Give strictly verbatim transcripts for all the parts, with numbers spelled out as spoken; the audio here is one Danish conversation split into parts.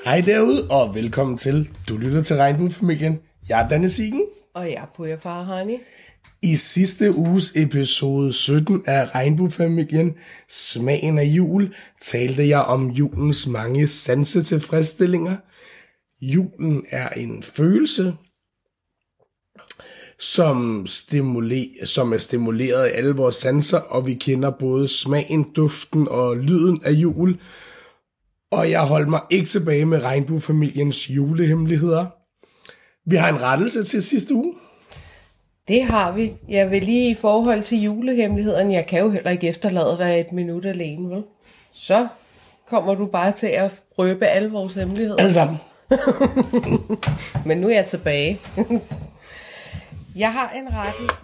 Hej derude, og velkommen til. Du lytter til Regnbuefamilien. Jeg er Danne Siggen. Og jeg er Puja Farahani. I sidste uges episode sytten af Regnbuefamilien, Smagen af jul, talte jeg om julens mange sansetilfredsstillinger. Julen er en følelse, som, stimuler, som er stimuleret af alle vores sanser, og vi kender både smagen, duften og lyden af jul. Og jeg holdt mig ikke tilbage med Regnbuefamiliens julehemmeligheder. Vi har en rettelse til sidste uge. Det har vi. Jeg vil lige i forhold til julehemmelighederne, jeg kan jo heller ikke efterlade dig et minut alene, vel? Så kommer du bare til at røbe alle vores hemmeligheder. Alle sammen. Men nu er jeg tilbage. Jeg har en rettelse.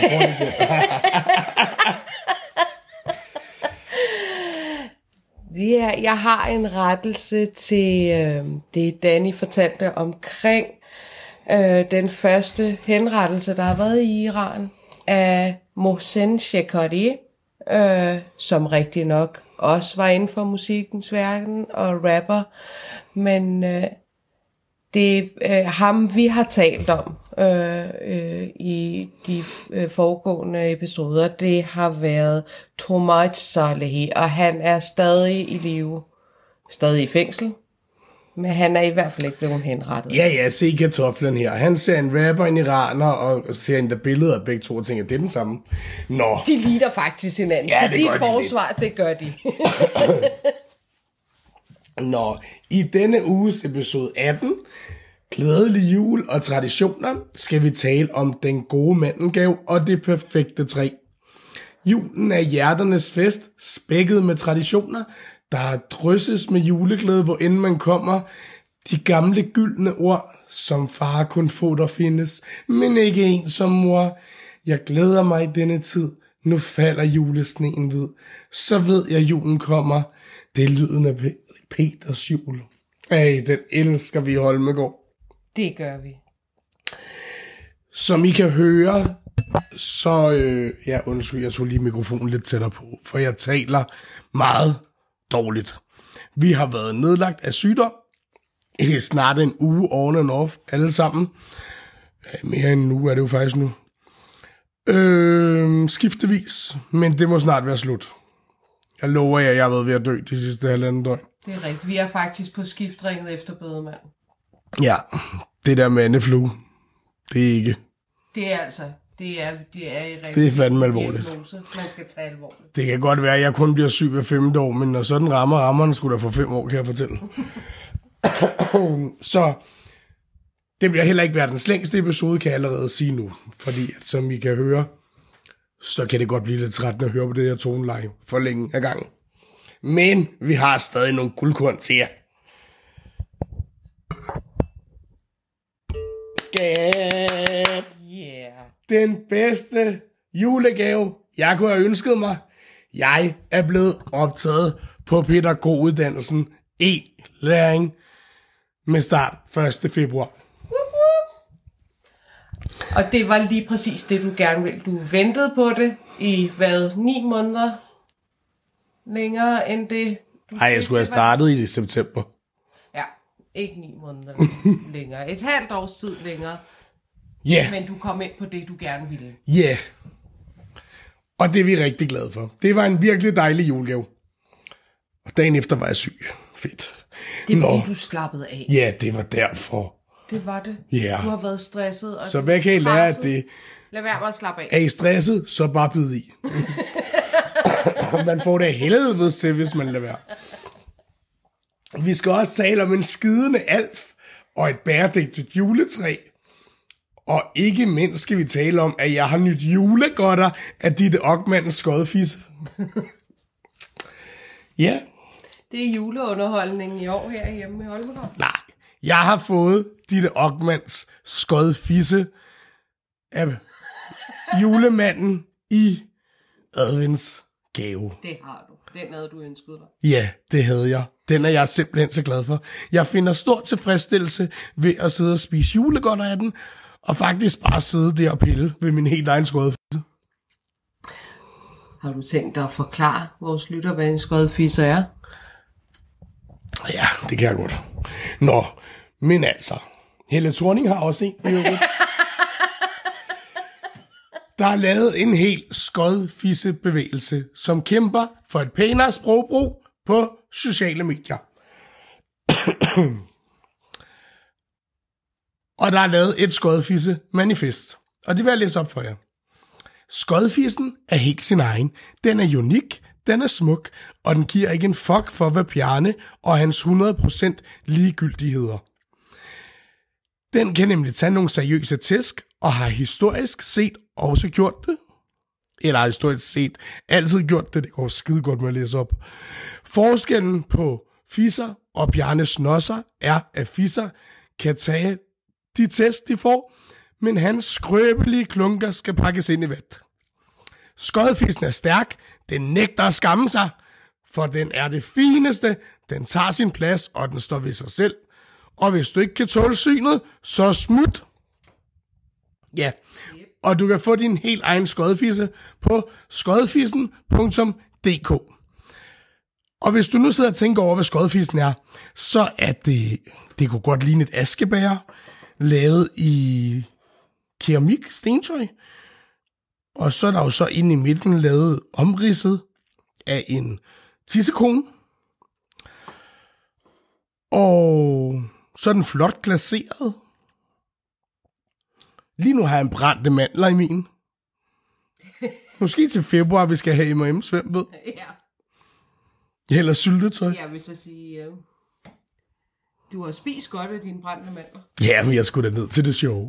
Ja, jeg har en rettelse til øh, det, Danny fortalte omkring øh, den første henrettelse, der har været i Iran af Mohsen Shekari, øh, som rigtig nok også var inden for musikkens verden og rapper, men øh, det er øh, ham, vi har talt om øh, øh, i de øh, foregående episoder. Det har været Tomac Salehi, og han er stadig i live, stadig i fængsel, men han er i hvert fald ikke blevet henrettet. Ja, ja, se kartoflen her. Han ser en rapper, en iraner, og ser en der billeder af begge to, og tænker, det er den samme. Nå. De ligner faktisk hinanden, ja, så dit forsvar, de det gør de. Nå, i denne uges episode atten, glædelig jul og traditioner, skal vi tale om den gode mandelgave og det perfekte træ. Julen er hjerternes fest, spækket med traditioner, der drysses med juleglæde, hvor end man kommer. De gamle gyldne ord, som far kun få der findes, men ikke en som mor. Jeg glæder mig i denne tid, nu falder julesneen hvid. Så ved jeg, julen kommer. Det er lyden af Peters jul. Ej, den elsker vi i Holmegård. Det gør vi. Som I kan høre, så... Øh, ja, undskyld, jeg tog lige mikrofonen lidt tættere på, for jeg taler meget dårligt. Vi har været nedlagt af sygdom i snart en uge on and off, alle sammen. Mere end en uge er det jo faktisk nu. Øh, skiftevis, men det må snart være slut. Jeg lover jer, jeg har været ved at dø de sidste halvanden døgn. Det er rigtigt. Vi er faktisk på skiftringet efter bedemand. Ja, det der mandeflue, det er ikke. Det er altså, det er, det er i rigtig det er fandme alvorligt. Diagnose, man skal tage alvorligt. Det kan godt være, at jeg kun bliver syg hver femte år, men når sådan rammer rammerne, skulle der få fem år, kan jeg fortælle. Så det bliver heller ikke verdens længste episode, kan jeg allerede sige nu. Fordi, at, som I kan høre, så kan det godt blive lidt trættende at høre på det her toneleje for længe af gangen. Men vi har stadig nogle guldkorn til jer. Skat! Yeah. Den bedste julegave, jeg kunne have ønsket mig. Jeg er blevet optaget på pædagoguddannelsen E-læring med start første februar. Og det var lige præcis det, du gerne ville. Du ventede på det i, hvad, ni måneder længere end det? Nej, jeg skulle have startet i september. Ja, ikke ni måneder længere. Et halvt års tid længere. Ja. Yeah. Men du kom ind på det, du gerne ville. Ja. Yeah. Og det er vi rigtig glade for. Det var en virkelig dejlig julegave. Og dagen efter var jeg syg. Fedt. Det var fordi, du slappede af. Ja, det var derfor. Det var det. Ja. Yeah. Du har været stresset. Og så hvad kan I lære af det? Lad være med at slappe af. Er I stresset, så bare byd i. Man får det helvede til, hvis man lader være. Vi skal også tale om en skidende alf og et bæredygtigt juletræ. Og ikke mindst skal vi tale om, at jeg har nyt julegodter af Ditte Okmans skodfisse. Ja. Det er juleunderholdningen i år her hjemme i Holmegård. Nej, jeg har fået Ditte Okmans skodfisse af julemanden i adventsgave. Det har du. Den havde du ønsket dig. Ja, det havde jeg. Den er jeg simpelthen så glad for. Jeg finder stor tilfredsstillelse ved at sidde og spise julegodter af den, og faktisk bare sidde der og pille ved min helt egen skodfisse. Har du tænkt dig at forklare vores lytter, hvad en skodfisse er? Ja, det kan jeg godt. Nå, men altså, Helle Thorning har også en. Der er lavet en helt skodfisse bevægelse, som kæmper for et pænere sprogbrug på sociale medier. Og der er lavet et skodfisse manifest, og det vil jeg læse op for jer. Skodfissen er helt sin egen. Den er unik, den er smuk, og den giver ikke en fuck for, hvad Bjarne og hans hundrede procent ligegyldigheder. Den kan nemlig tage nogle seriøse tæsk, og har historisk set også gjort det. Eller har historisk set altid gjort det. Det går skide godt med at læse op. Forskellen på fisser og Bjarne Snosser er, at fisser kan tage de tæsk, de får, men hans skrøbelige klunker skal pakkes ind i vat. Skodfissen er stærk, den nægter at skamme sig, for den er det fineste, den tager sin plads, og den står ved sig selv. Og hvis du ikke kan tåle synet, så smut. Ja, og du kan få din helt egen skodfisse på skodfissen punktum d k. Og hvis du nu sidder og tænker over, hvad skodfissen er, så er det, det kunne godt ligne et askebær, lavet i keramik, stentøj. Og så er der jo så inde i midten lavet omridset af en tissekone. Og så er den flot glaseret. Lige nu har jeg en brændte mandler i min. Måske til februar, vi skal have M og M's, hvem ved? Ja. Eller syltetøj. Jeg vil så sige, uh, du har spist godt af dine brændte mandler. Ja, men jeg skulle da ned til det show.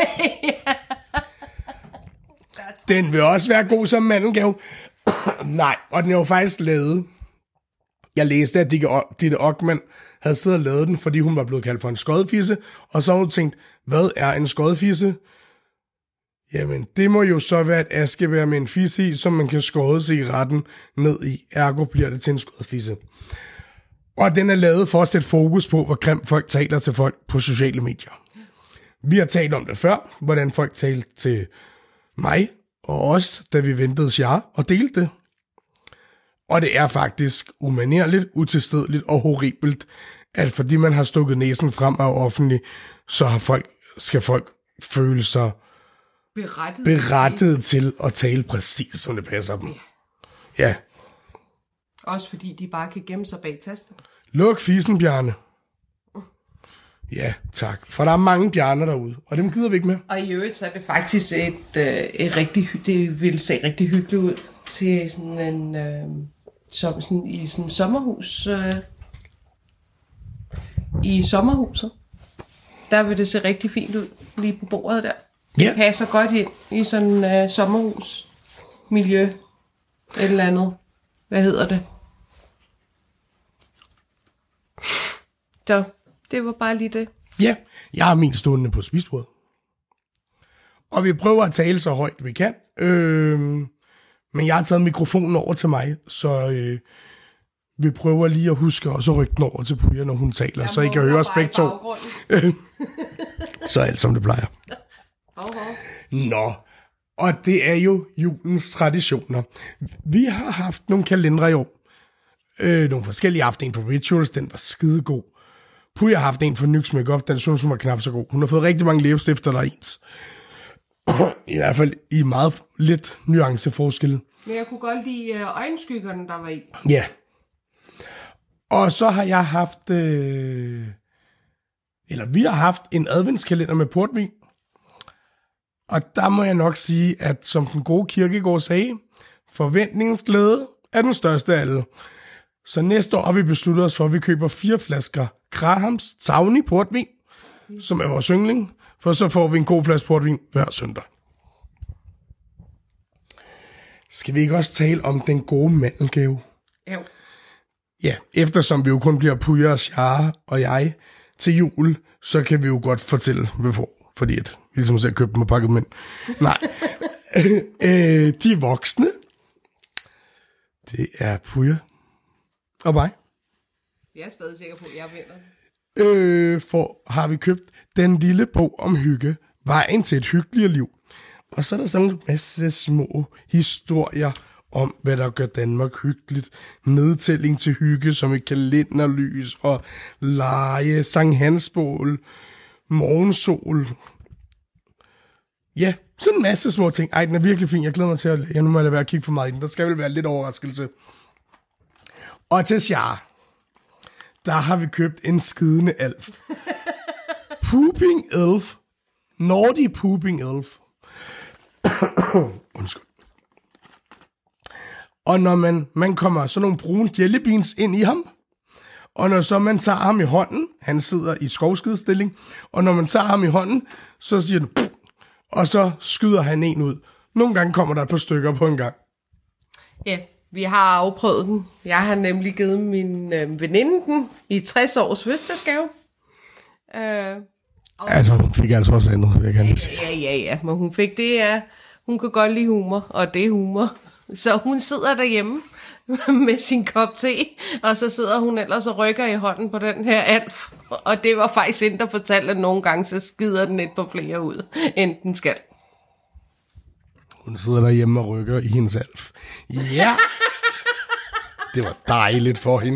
Den vil også være god som mandelgave. Nej, og den er jo faktisk lavet. Jeg læste, at Ditte Okman havde siddet og lavet den, fordi hun var blevet kaldt for en skodfisse, og så har hun tænkt, hvad er en skodfisse? Jamen, det må jo så være et askebær med en fisse i, som man kan skåde cigaretten ned i. Ergo bliver det til en skodfisse. Og den er lavet for at sætte fokus på, hvor grimt folk taler til folk på sociale medier. Vi har talt om det før, hvordan folk talte til mig og os, da vi ventede Char og delte det. Og det er faktisk umanerligt, utilstedeligt og horribelt, at fordi man har stukket næsen frem af offentligt, så har folk, skal folk føle sig berettet, berettet til at tale præcis, som det passer dem. Ja. ja. Også fordi de bare kan gemme sig bag tasten. Luk fissen, Bjarne. Ja, tak. For der er mange bjerner derude, og dem gider vi ikke med. Og i øvrigt så er det faktisk et, øh, et rigtig, det vil se rigtig hyggeligt ud til sådan en, øh, som sådan i sådan en sommerhus, øh, i sommerhuset. Der vil det se rigtig fint ud, lige på bordet der. Det ja. passer godt ind i sådan en øh, sommerhusmiljø, et eller andet. Hvad hedder det? Så det var bare lige det. Ja, jeg har min stående på spisbordet. Og vi prøver at tale så højt vi kan. Øh, men jeg har taget mikrofonen over til mig, så øh, vi prøver lige at huske også at rykke den over til Puja, når hun taler, jeg så I kan høre os begge to. Så alt som det plejer. Uh-huh. Nå, og det er jo julens traditioner. Vi har haft nogle kalendere i år. Øh, nogle forskellige. Jeg har haft en på Rituals, den var skidegod. Puja har haft en for Nyx Makeup, den synes hun var knap så god. Hun har fået rigtig mange læbestifter, der er ens. I hvert fald i meget lidt nuanceforskel. Men jeg kunne godt lide øjenskyggerne, der var i. Ja. Og så har jeg haft, øh, eller vi har haft en adventskalender med portvin. Og der må jeg nok sige, at som den gode Kierkegaard sagde, forventningens glæde er den største af alle. Så næste år har vi besluttet os for, at vi køber fire flasker Grahams Tawny portvin, som er vores yndling, for så får vi en god flaske portvin hver søndag. Skal vi ikke også tale om den gode mandelgave? Jo. Ja, eftersom vi jo kun bliver Puja og Char og jeg til jul, så kan vi jo godt fortælle, hvad vi får. Fordi at vi ligesom har købt dem og pakket dem ind. Nej. øh, de voksne, det er Puja og mig. Jeg er stadig sikker på, at jeg vinder. Øh, for har vi købt den lille bog om hygge, Vejen til et hyggeligere liv. Og så er der sådan en masse små historier om, hvad der gør Danmark hyggeligt. Nedtælling til hygge, som et kalenderlys og lege, Sankt Hansbål, morgensol. Ja, sådan en masse små ting. Ej, den er virkelig fin. Jeg glæder mig til at lære. Nu må jeg lade være at kigge for meget i den. Der skal vel være lidt overraskelse. Og til Char, der har vi købt en skidende elf. Pooping elf. Naughty pooping elf. Undskyld. Og når man, man kommer sådan nogle brune jellybeans ind i ham, og når så man tager ham i hånden, han sidder i skovskidestilling, og når man tager ham i hånden, så siger den, pff, og så skyder han en ud. Nogle gange kommer der et par stykker på en gang. Ja, vi har afprøvet den. Jeg har nemlig givet min øh, veninde den i tres års fødselsdagsgave. Øh, og... Altså, hun fik altså også andet, vil jeg gerne sige. Ja, ja, ja, men hun fik det, ja. Hun kan godt lide humor, og det er humor. Så hun sidder derhjemme med sin kop te, og så sidder hun ellers og rykker i hånden på den her alf. Og det var faktisk en, der fortalte, at nogle gange så skider den et par flere ud, end den skal. Hun sidder derhjemme og rykker i hendes alf. Ja! Det var dejligt for hende.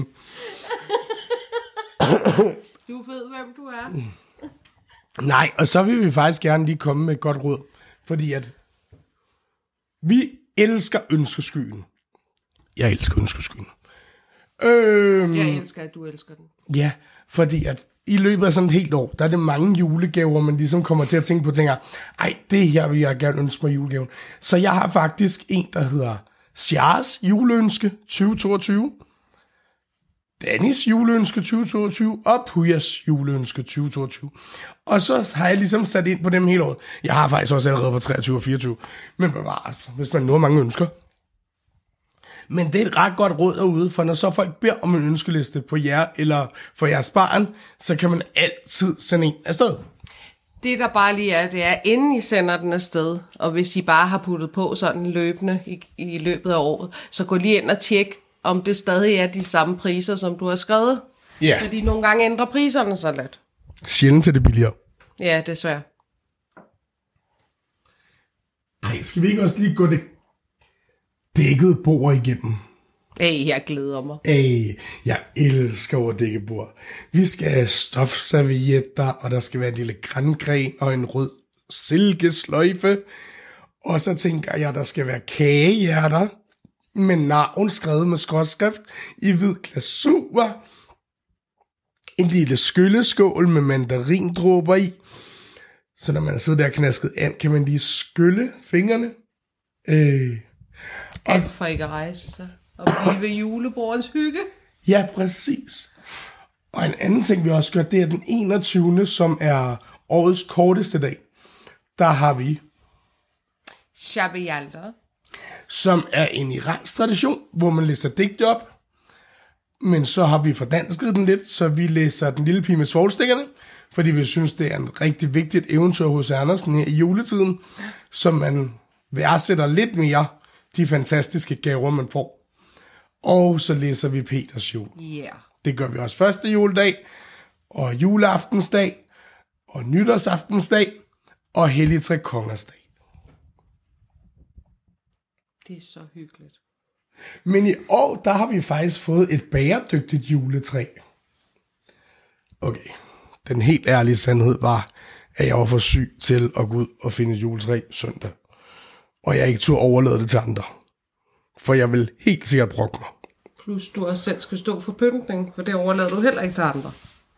Du ved, hvem du er. Nej, og så vil vi faktisk gerne lige komme med et godt råd. Fordi at vi elsker ønskeskyen. Jeg elsker ønskeskyen. Øhm, Jeg elsker, at du elsker den. Ja, fordi at i løbet af sådan et helt år, der er det mange julegaver, man ligesom kommer til at tænke på, tænker, ej, det her vil jeg gerne ønske mig julegaven. Så jeg har faktisk en, der hedder Chars juleønske tyve toogtyve, Dannys juleønske tyve toogtyve og Pujas juleønske tyve toogtyve. Og så har jeg ligesom sat ind på dem hele året. Jeg har faktisk også allerede for treogtyve og fireogtyve, men bevares, hvis man nu har mange ønsker. Men det er et ret godt råd derude, for når så folk beder om en ønskeliste på jer, eller for jeres barn, så kan man altid sende en afsted. Det der bare lige er, det er, inden I sender den afsted, og hvis I bare har puttet på sådan løbende i, i løbet af året, så gå lige ind og tjek, om det stadig er de samme priser, som du har skrevet. Ja. Fordi nogle gange ændrer priserne så lidt. Sjældent til det billigere. Ja, desværre. Ej, skal vi ikke også lige gå det dækkede bord igennem? Ej, jeg glæder mig. Ej, jeg elsker over dækket bord. Vi skal have stofservietter, og der skal være en lille grangren og en rød silkesløjfe. Og så tænker jeg, der skal være kagehjerter med navn skrevet med skråskrift i hvid glasur. En lille skylleskål med mandarindråber i. Så når man sidder der knasket an, kan man lige skylle fingrene. Øh. Alt for ikke at rejse sig og blive ved julebordens hygge. Ja, præcis. Og en anden ting, vi også gør, det er den enogtyvende, som er årets korteste dag. Der har vi Shab i Yalta, som er en iransk tradition, hvor man læser digte op. Men så har vi fordansket den lidt, så vi læser Den lille pige med svovlstikkerne, fordi vi synes, det er en rigtig vigtigt eventyr hos Andersen her i juletiden, så man værdsætter lidt mere de fantastiske gaver, man får. Og så læser vi Peters jul. Yeah. Det gør vi også første juledag, og juleaftensdag, og nytårsaftensdag, og hellig tre kongers dag. Det er så hyggeligt. Men i år, der har vi faktisk fået et bæredygtigt juletræ. Okay, den helt ærlige sandhed var, at jeg var for syg til at gå ud og finde et juletræ søndag. Og jeg ikke turde overlade det til andre. For jeg vil helt sikkert brokke mig. Plus du også selv skal stå for pyntning, for det overlader du heller ikke til andre.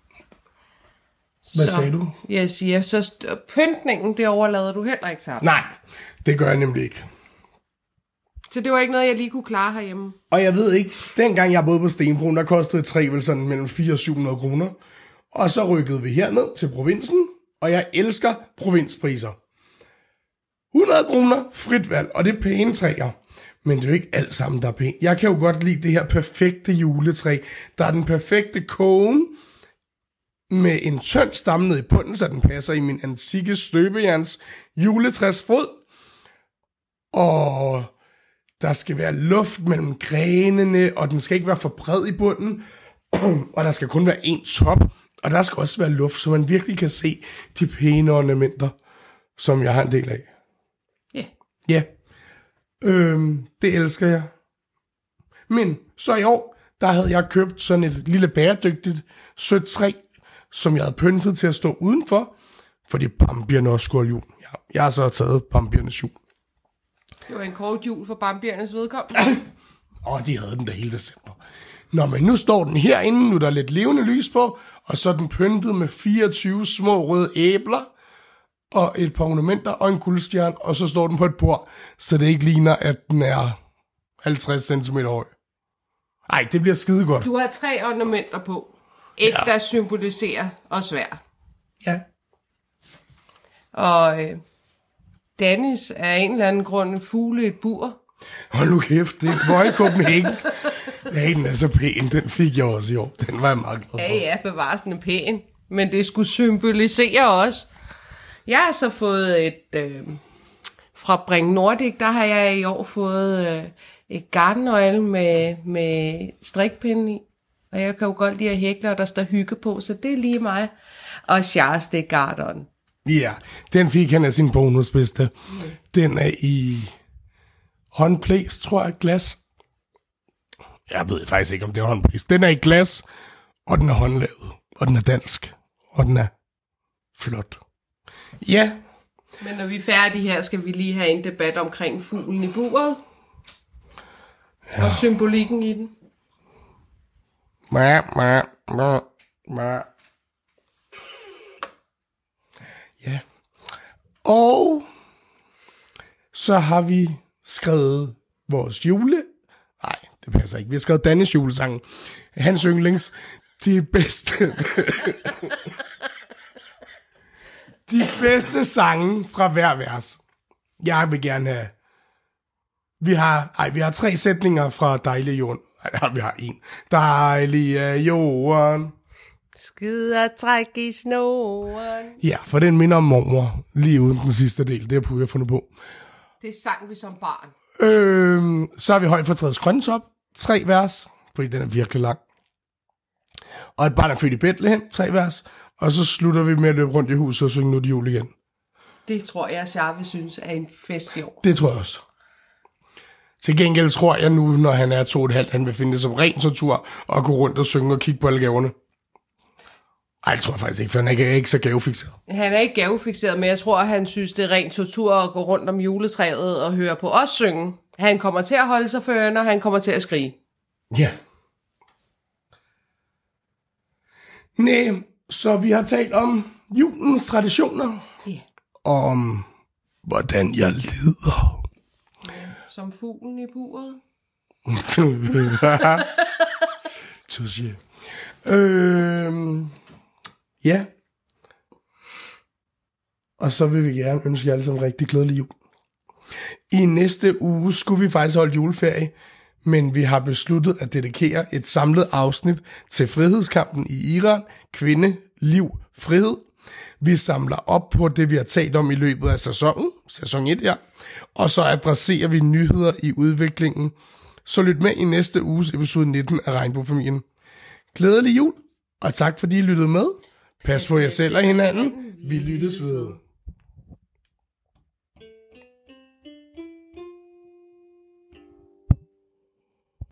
Hvad så, sagde du? Jeg siger, så st- pyntningen, det overlader du heller ikke til andre. Nej, det gør jeg nemlig ikke. Så det var ikke noget, jeg lige kunne klare herhjemme. Og jeg ved ikke, dengang jeg boede på Stenbroen, der kostede et træ vel sådan mellem fire hundrede og syv hundrede kroner. Og så rykkede vi herned til provinsen, og jeg elsker provinspriser. hundrede kroner frit valg, og det er pæne træer. Men det er jo ikke alt sammen, der er pænt. Jeg kan jo godt lide det her perfekte juletræ. Der er den perfekte kone med en tynd stamme ned i bunden, så den passer i min antikke støbejerns juletræsfod. Og der skal være luft mellem grenene, og den skal ikke være for bred i bunden. Og der skal kun være én top, og der skal også være luft, så man virkelig kan se de pæne ornamenter, som jeg har en del af. Ja. Yeah. Ja. Øhm, det elsker jeg. Men så i år, der havde jeg købt sådan et lille bæredygtigt sødt træ, som jeg havde pyntet til at stå udenfor, fordi Bambierne også skulle have jul. Ja, jeg har så taget Bambiernes jul. Det var en kort jul for Bambiernes vedkommende. Åh, de havde den der hele december. Nå, men nu står den herinde, nu er der lidt levende lys på, og så er den pyntet med fireogtyve små røde æbler, og et par ornamenter og en guldstjerne, og så står den på et bord, så det ikke ligner, at den er halvtreds centimeter høj. Ej, det bliver skide godt. Du har tre ornamenter på. Et, ja. Der symboliserer os hver. Ja. Og øh, Dennis er en eller anden grund en fugle i et bur. Hold nu kæft, det er et Royal Copenhagen. Ja, den er så pæn, den fik jeg også i år. Den var jeg meget glad for. Ja, ja, bevares den er pæn. Men det skulle symbolisere os. Jeg har så fået et... Øh, fra Bring Nordic, der har jeg i år fået øh, et garden oil med, med strikpinde i. Og jeg kan jo godt lide at hækle, og der står hygge på, så det er lige mig. Og Charles, det er garden. Ja, den fik han af sin bonusbedste. Mm. Den er i håndplæst, tror jeg, glas. Jeg ved faktisk ikke, om det er håndplæst. Den er i glas, og den er håndlavet, og den er dansk, og den er flot. Ja. Men når vi er færdige her, skal vi lige have en debat omkring fuglen i buret. Ja. Og symbolikken i den. Ma, ma, ma, ma. Ja. Og så har vi skrevet vores jule... Nej, det passer ikke. Vi har skrevet Dannes julesang. Hans yndlings. De bedste... De bedste sange fra hver vers. Jeg vil gerne have... Vi har, ej, vi har tre sætninger fra Dejlige Jorden. Nej, vi har en. Dejlige Jorden. Skider træk i snoren. Ja, for den minder om mormor. Lige uden den sidste del. Det har Puja fundet på. Det sang vi som barn. Øhm, så har vi Højt for træets grøntop. Tre vers. Fordi den er virkelig lang. Og Et barn er født i Bethlehem. Tre vers. Og så slutter vi med at løbe rundt i huset og synge Nu det jul igen. Det tror jeg, Charve synes er en fest i år. Det tror jeg også. Til gengæld tror jeg nu, når han er to og et halvt, han vil finde det som ren tortur og gå rundt og synge og kigge på alle gaverne. Ej, det tror jeg faktisk ikke, for han er ikke, ikke så gavefixeret. Han er ikke gavefixeret, men jeg tror, han synes, det er ren tortur at gå rundt om juletræet og høre på os synge. Han kommer til at holde sig for ørerne, og han kommer til at skrige. Ja. Næh, så vi har talt om julens traditioner. Ja. Og om, hvordan jeg lider. Ja, som fuglen i buret. Touché. Øhm, ja. Og så vil vi gerne ønske jer alle sammen en rigtig glædelig jul. I næste uge skulle vi faktisk holde juleferie, men vi har besluttet at dedikere et samlet afsnit til frihedskampen i Iran. Kvinde, liv, frihed. Vi samler op på det, vi har talt om i løbet af sæsonen, sæson et her, og så adresserer vi nyheder i udviklingen. Så lyt med i næste uges episode nitten af Regnbuefamilien. Glædelig jul, og tak fordi I lyttede med. Pas på jer selv og hinanden. Vi lyttes ved.